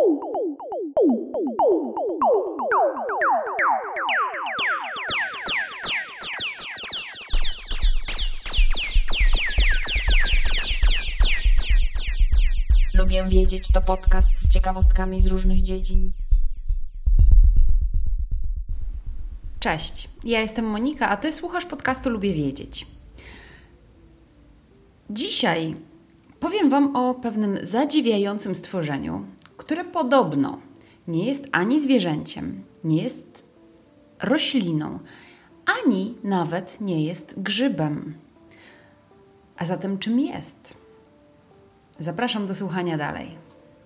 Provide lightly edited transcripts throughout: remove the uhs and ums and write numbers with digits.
Lubię wiedzieć to podcast z ciekawostkami z różnych dziedzin. Cześć, ja jestem Monika, a Ty słuchasz podcastu Lubię Wiedzieć. Dzisiaj powiem Wam o pewnym zadziwiającym stworzeniu, które podobno nie jest ani zwierzęciem, nie jest rośliną, ani nawet nie jest grzybem. A zatem czym jest? Zapraszam do słuchania dalej.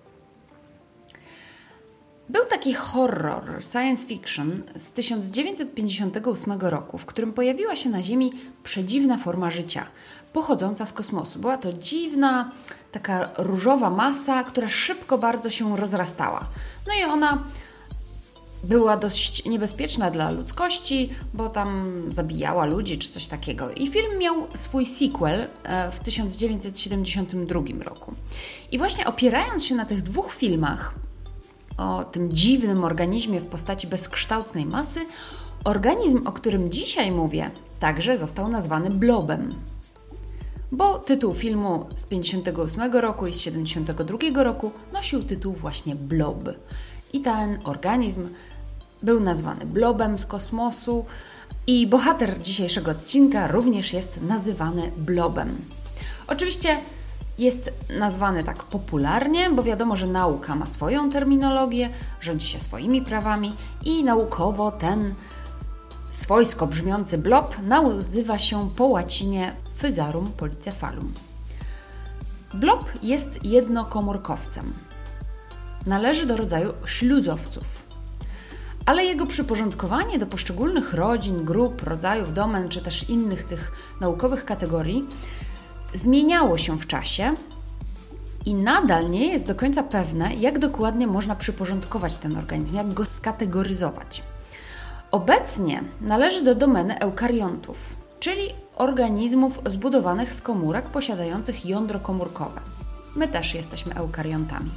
Był taki horror science fiction z 1958 roku, w którym pojawiła się na Ziemi przedziwna forma życia, pochodząca z kosmosu. Była to dziwna, taka różowa masa, która szybko bardzo się rozrastała. No i ona była dość niebezpieczna dla ludzkości, bo tam zabijała ludzi czy coś takiego. I film miał swój sequel w 1972 roku. I właśnie opierając się na tych dwóch filmach o tym dziwnym organizmie w postaci bezkształtnej masy, organizm, o którym dzisiaj mówię, także został nazwany blobem. Bo tytuł filmu z 1958 roku i z 1972 roku nosił tytuł właśnie Blob. I ten organizm był nazwany blobem z kosmosu i bohater dzisiejszego odcinka również jest nazywany blobem. Oczywiście jest nazwany tak popularnie, bo wiadomo, że nauka ma swoją terminologię, rządzi się swoimi prawami i naukowo ten swojsko brzmiący blob nazywa się po łacinie Physarum polycephalum. Blob jest jednokomórkowcem. Należy do rodzaju śluzowców. Ale jego przyporządkowanie do poszczególnych rodzin, grup, rodzajów, domen czy też innych tych naukowych kategorii zmieniało się w czasie i nadal nie jest do końca pewne, jak dokładnie można przyporządkować ten organizm, jak go skategoryzować. Obecnie należy do domeny eukariontów, czyli organizmów zbudowanych z komórek posiadających jądro komórkowe. My też jesteśmy eukariontami.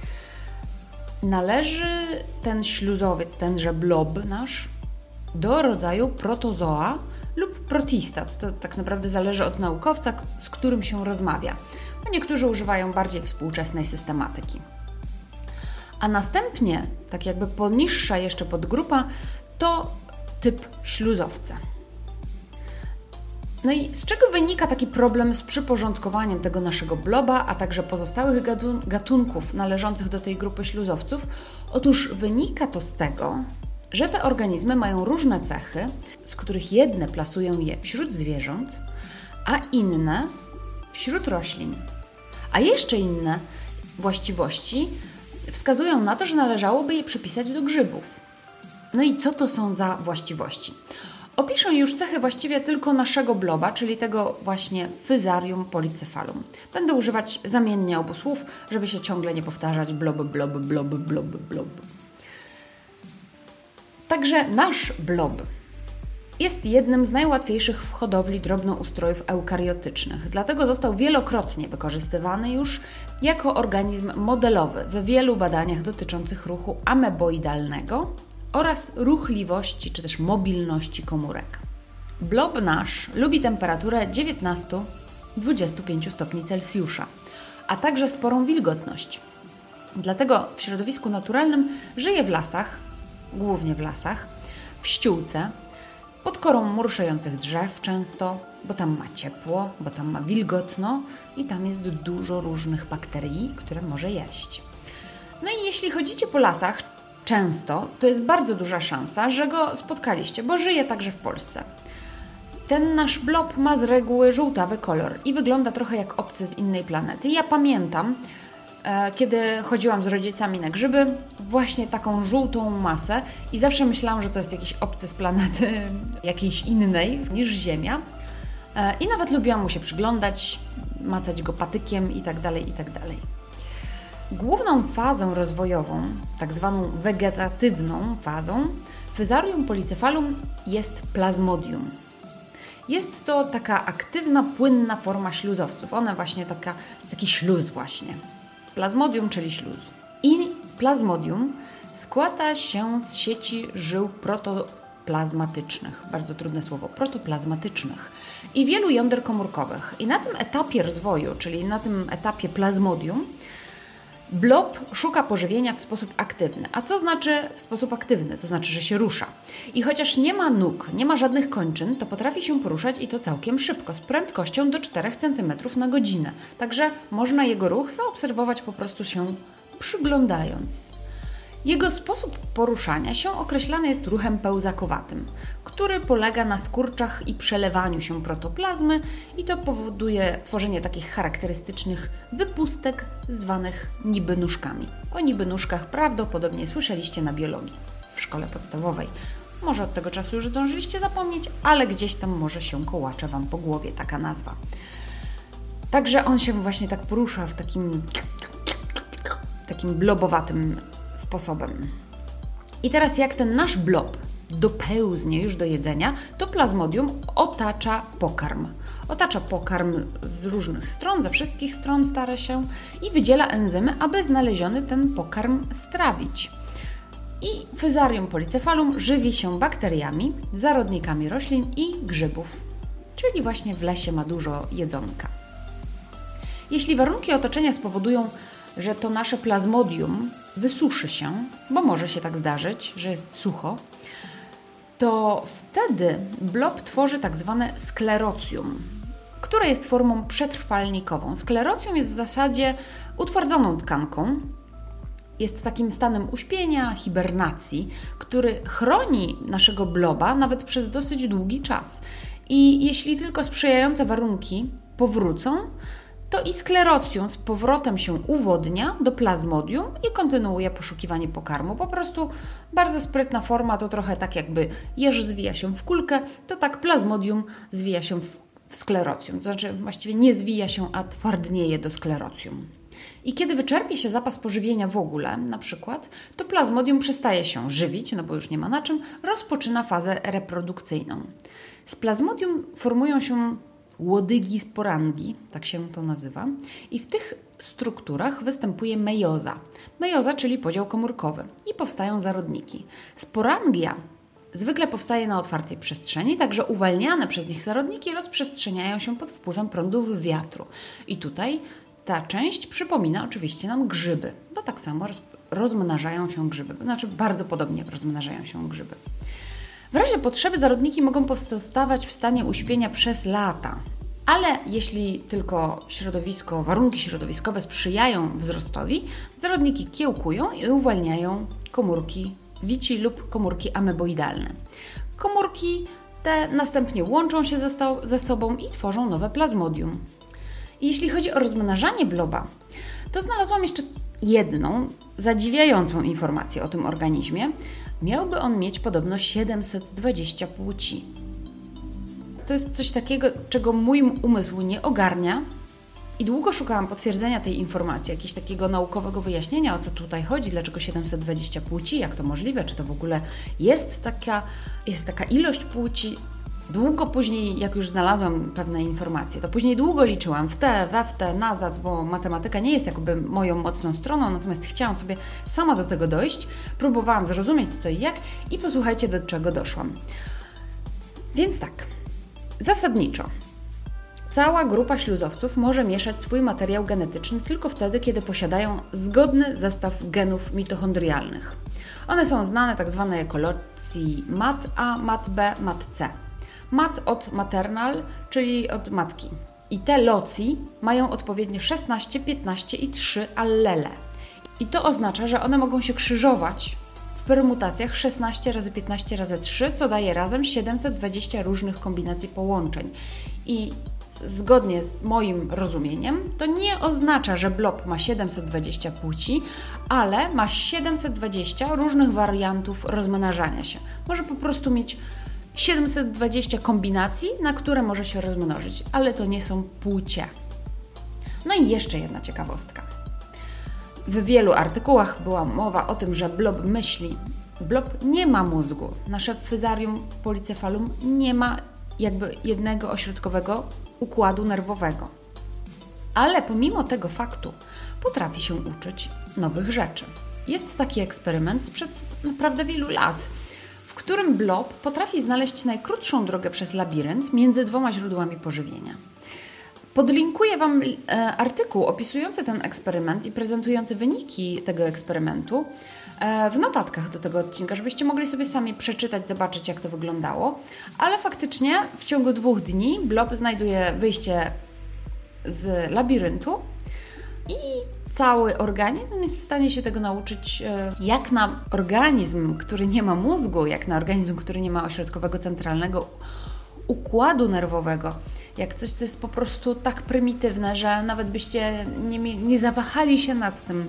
Należy ten śluzowiec, tenże blob nasz, do rodzaju protozoa lub protista. To tak naprawdę zależy od naukowca, z którym się rozmawia. No niektórzy używają bardziej współczesnej systematyki. A następnie, tak jakby poniższa jeszcze podgrupa, to typ śluzowca. No i z czego wynika taki problem z przyporządkowaniem tego naszego bloba, a także pozostałych gatunków należących do tej grupy śluzowców? Otóż wynika to z tego, że te organizmy mają różne cechy, z których jedne plasują je wśród zwierząt, a inne wśród roślin. A jeszcze inne właściwości wskazują na to, że należałoby je przypisać do grzybów. No i co to są za właściwości? Opiszę już cechy właściwie tylko naszego bloba, czyli tego właśnie Physarium polycephalum. Będę używać zamiennie obu słów, żeby się ciągle nie powtarzać blob, blob, blob, blob, blob. Także nasz blob jest jednym z najłatwiejszych w hodowli drobnoustrojów eukariotycznych. Dlatego został wielokrotnie wykorzystywany już jako organizm modelowy w wielu badaniach dotyczących ruchu ameboidalnego oraz ruchliwości czy też mobilności komórek. Blob nasz lubi temperaturę 19-25 stopni Celsjusza, a także sporą wilgotność. Dlatego w środowisku naturalnym żyje w lasach, głównie w lasach, w ściółce, pod korą murszających drzew często, bo tam ma ciepło, bo tam ma wilgotno i tam jest dużo różnych bakterii, które może jeść. No i jeśli chodzicie po lasach, często to jest bardzo duża szansa, że go spotkaliście, bo żyje także w Polsce. Ten nasz blob ma z reguły żółtawy kolor i wygląda trochę jak obcy z innej planety. Ja pamiętam, kiedy chodziłam z rodzicami na grzyby, właśnie taką żółtą masę i zawsze myślałam, że to jest jakiś obcy z planety jakiejś innej niż Ziemia. I nawet lubiłam mu się przyglądać, macać go patykiem itd. Główną fazą rozwojową, tak zwaną wegetatywną fazą, Physarium polycephalum jest plazmodium. Jest to taka aktywna, płynna forma śluzowców. One właśnie taki śluz właśnie. Plazmodium, czyli śluz. I plazmodium składa się z sieci żył protoplazmatycznych, bardzo trudne słowo, protoplazmatycznych i wielu jąder komórkowych. I na tym etapie rozwoju, czyli na tym etapie plazmodium, blob szuka pożywienia w sposób aktywny. A co znaczy w sposób aktywny? To znaczy, że się rusza. I chociaż nie ma nóg, nie ma żadnych kończyn, to potrafi się poruszać i to całkiem szybko, z prędkością do 4 cm na godzinę. Także można jego ruch zaobserwować po prostu się przyglądając. Jego sposób poruszania się określany jest ruchem pełzakowatym, który polega na skurczach i przelewaniu się protoplazmy i to powoduje tworzenie takich charakterystycznych wypustek zwanych niby nóżkami. O niby nóżkach prawdopodobnie słyszeliście na biologii w szkole podstawowej. Może od tego czasu już zdążyliście zapomnieć, ale gdzieś tam może się kołacze Wam po głowie taka nazwa. Także on się właśnie tak porusza w takim blobowatym sposobem. I teraz jak ten nasz blob dopełznie już do jedzenia, to plazmodium otacza pokarm. Otacza pokarm z różnych stron, ze wszystkich stron stara się i wydziela enzymy, aby znaleziony ten pokarm strawić. I Fusarium polycephalum żywi się bakteriami, zarodnikami roślin i grzybów, czyli właśnie w lesie ma dużo jedzonka. Jeśli warunki otoczenia spowodują, że to nasze plazmodium wysuszy się, bo może się tak zdarzyć, że jest sucho, to wtedy blob tworzy tak zwane sklerocjum, które jest formą przetrwalnikową. Sklerocjum jest w zasadzie utwardzoną tkanką, jest takim stanem uśpienia, hibernacji, który chroni naszego bloba nawet przez dosyć długi czas. I jeśli tylko sprzyjające warunki powrócą, to i sklerocjum z powrotem się uwodnia do plazmodium i kontynuuje poszukiwanie pokarmu. Po prostu bardzo sprytna forma, to trochę tak jakby jeż zwija się w kulkę, to tak plazmodium zwija się w sklerocjum. To znaczy właściwie nie zwija się, a twardnieje do sklerocjum. I kiedy wyczerpie się zapas pożywienia w ogóle, na przykład, to plazmodium przestaje się żywić, no bo już nie ma na czym, rozpoczyna fazę reprodukcyjną. Z plazmodium formują się łodygi sporangi, tak się to nazywa, i w tych strukturach występuje mejoza. Mejoza, czyli podział komórkowy i powstają zarodniki. Sporangia zwykle powstaje na otwartej przestrzeni, także uwalniane przez nich zarodniki rozprzestrzeniają się pod wpływem prądów wiatru. I tutaj ta część przypomina oczywiście nam grzyby, bo tak samo rozmnażają się grzyby, to znaczy bardzo podobnie rozmnażają się grzyby. W razie potrzeby zarodniki mogą pozostawać w stanie uśpienia przez lata, ale jeśli tylko warunki środowiskowe sprzyjają wzrostowi, zarodniki kiełkują i uwalniają komórki wici lub komórki ameboidalne. Komórki te następnie łączą się ze sobą i tworzą nowe plazmodium. I jeśli chodzi o rozmnażanie bloba, to znalazłam jeszcze jedną zadziwiającą informację o tym organizmie. Miałby on mieć podobno 720 płci. To jest coś takiego, czego mój umysł nie ogarnia i długo szukałam potwierdzenia tej informacji, jakiegoś takiego naukowego wyjaśnienia, o co tutaj chodzi, dlaczego 720 płci, jak to możliwe, czy to w ogóle jest taka ilość płci. Długo później, jak już znalazłam pewne informacje, to później długo liczyłam w te, we w te, nazad, bo matematyka nie jest jakby moją mocną stroną, natomiast chciałam sobie sama do tego dojść, próbowałam zrozumieć co i jak i posłuchajcie, do czego doszłam. Więc tak, zasadniczo cała grupa śluzowców może mieszać swój materiał genetyczny tylko wtedy, kiedy posiadają zgodny zestaw genów mitochondrialnych. One są znane tak zwane jako loci MAT-A, MAT-B, MAT-C. MAT od maternal, czyli od matki. I te loci mają odpowiednio 16, 15 i 3 allele. I to oznacza, że one mogą się krzyżować w permutacjach 16 razy 15 razy 3, co daje razem 720 różnych kombinacji połączeń. I zgodnie z moim rozumieniem, to nie oznacza, że blob ma 720 płci, ale ma 720 różnych wariantów rozmnażania się. Może po prostu mieć 720 kombinacji, na które może się rozmnożyć, ale to nie są płcie. No i jeszcze jedna ciekawostka. W wielu artykułach była mowa o tym, że blob myśli. Blob nie ma mózgu. Nasze Fusarium polycephalum nie ma jakby jednego ośrodkowego układu nerwowego. Ale pomimo tego faktu potrafi się uczyć nowych rzeczy. jest taki eksperyment sprzed naprawdę wielu lat, w którym blob potrafi znaleźć najkrótszą drogę przez labirynt między 2 źródłami pożywienia. Podlinkuję Wam artykuł opisujący ten eksperyment i prezentujący wyniki tego eksperymentu w notatkach do tego odcinka, żebyście mogli sobie sami przeczytać, zobaczyć, jak to wyglądało. Ale faktycznie w ciągu 2 dni blob znajduje wyjście z labiryntu i cały organizm jest w stanie się tego nauczyć, jak na organizm, który nie ma mózgu, jak na organizm, który nie ma ośrodkowego centralnego układu nerwowego, jak coś, co jest po prostu tak prymitywne, że nawet byście nie zawahali się nad tym,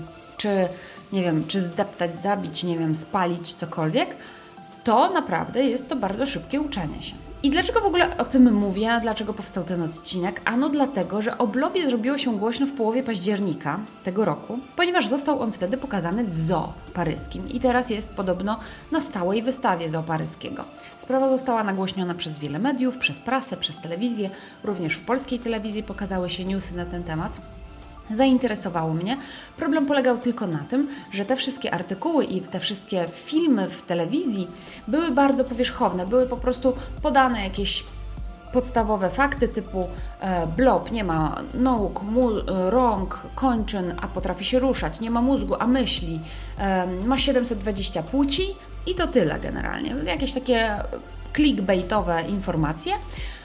czy zdeptać, zabić, spalić, cokolwiek, to naprawdę jest to bardzo szybkie uczenie się. I dlaczego w ogóle o tym mówię? Dlaczego powstał ten odcinek? Ano dlatego, że o blobie zrobiło się głośno w połowie października tego roku, ponieważ został on wtedy pokazany w zoo paryskim i teraz jest podobno na stałej wystawie zoo paryskiego. Sprawa została nagłośniona przez wiele mediów, przez prasę, przez telewizję, również w polskiej telewizji pokazały się newsy na ten temat. Zainteresowało mnie. Problem polegał tylko na tym, że te wszystkie artykuły i te wszystkie filmy w telewizji były bardzo powierzchowne, były po prostu podane jakieś podstawowe fakty typu blob nie ma nóg, rąk, kończyn, a potrafi się ruszać, nie ma mózgu, a myśli, ma 720 płci i to tyle generalnie. Jakieś takie clickbaitowe informacje,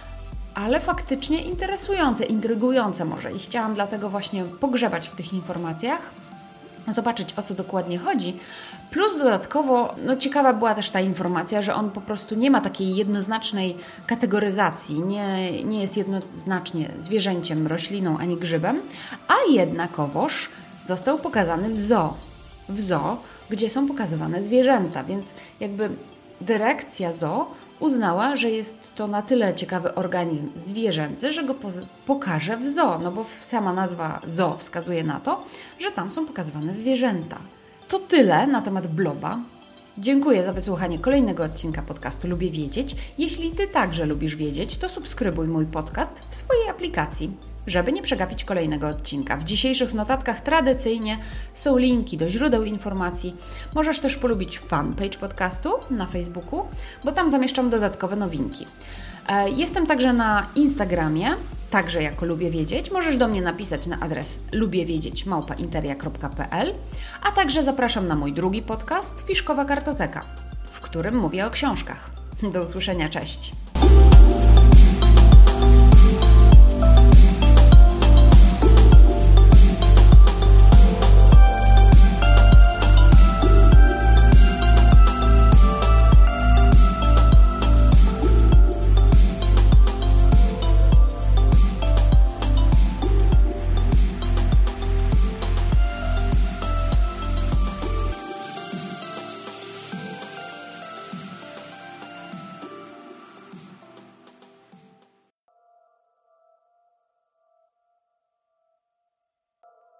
ale faktycznie interesujące, intrygujące może i chciałam dlatego właśnie pogrzebać w tych informacjach, zobaczyć, o co dokładnie chodzi. Plus dodatkowo, ciekawa była też ta informacja, że on po prostu nie ma takiej jednoznacznej kategoryzacji, nie jest jednoznacznie zwierzęciem, rośliną ani grzybem, a jednakowoż został pokazany w zoo, gdzie są pokazywane zwierzęta, więc jakby dyrekcja zoo uznała, że jest to na tyle ciekawy organizm zwierzęcy, że go pokaże w zoo, bo sama nazwa zoo wskazuje na to, że tam są pokazywane zwierzęta. To tyle na temat bloba. Dziękuję za wysłuchanie kolejnego odcinka podcastu Lubię Wiedzieć. Jeśli Ty także lubisz wiedzieć, to subskrybuj mój podcast w swojej aplikacji, żeby nie przegapić kolejnego odcinka. W dzisiejszych notatkach tradycyjnie są linki do źródeł informacji. Możesz też polubić fanpage podcastu na Facebooku, bo tam zamieszczam dodatkowe nowinki. Jestem także na Instagramie, także jako Lubię Wiedzieć. Możesz do mnie napisać na adres lubiewiedzieć@interia.pl, a także zapraszam na mój drugi podcast Fiszkowa Kartoteka, w którym mówię o książkach. Do usłyszenia, cześć!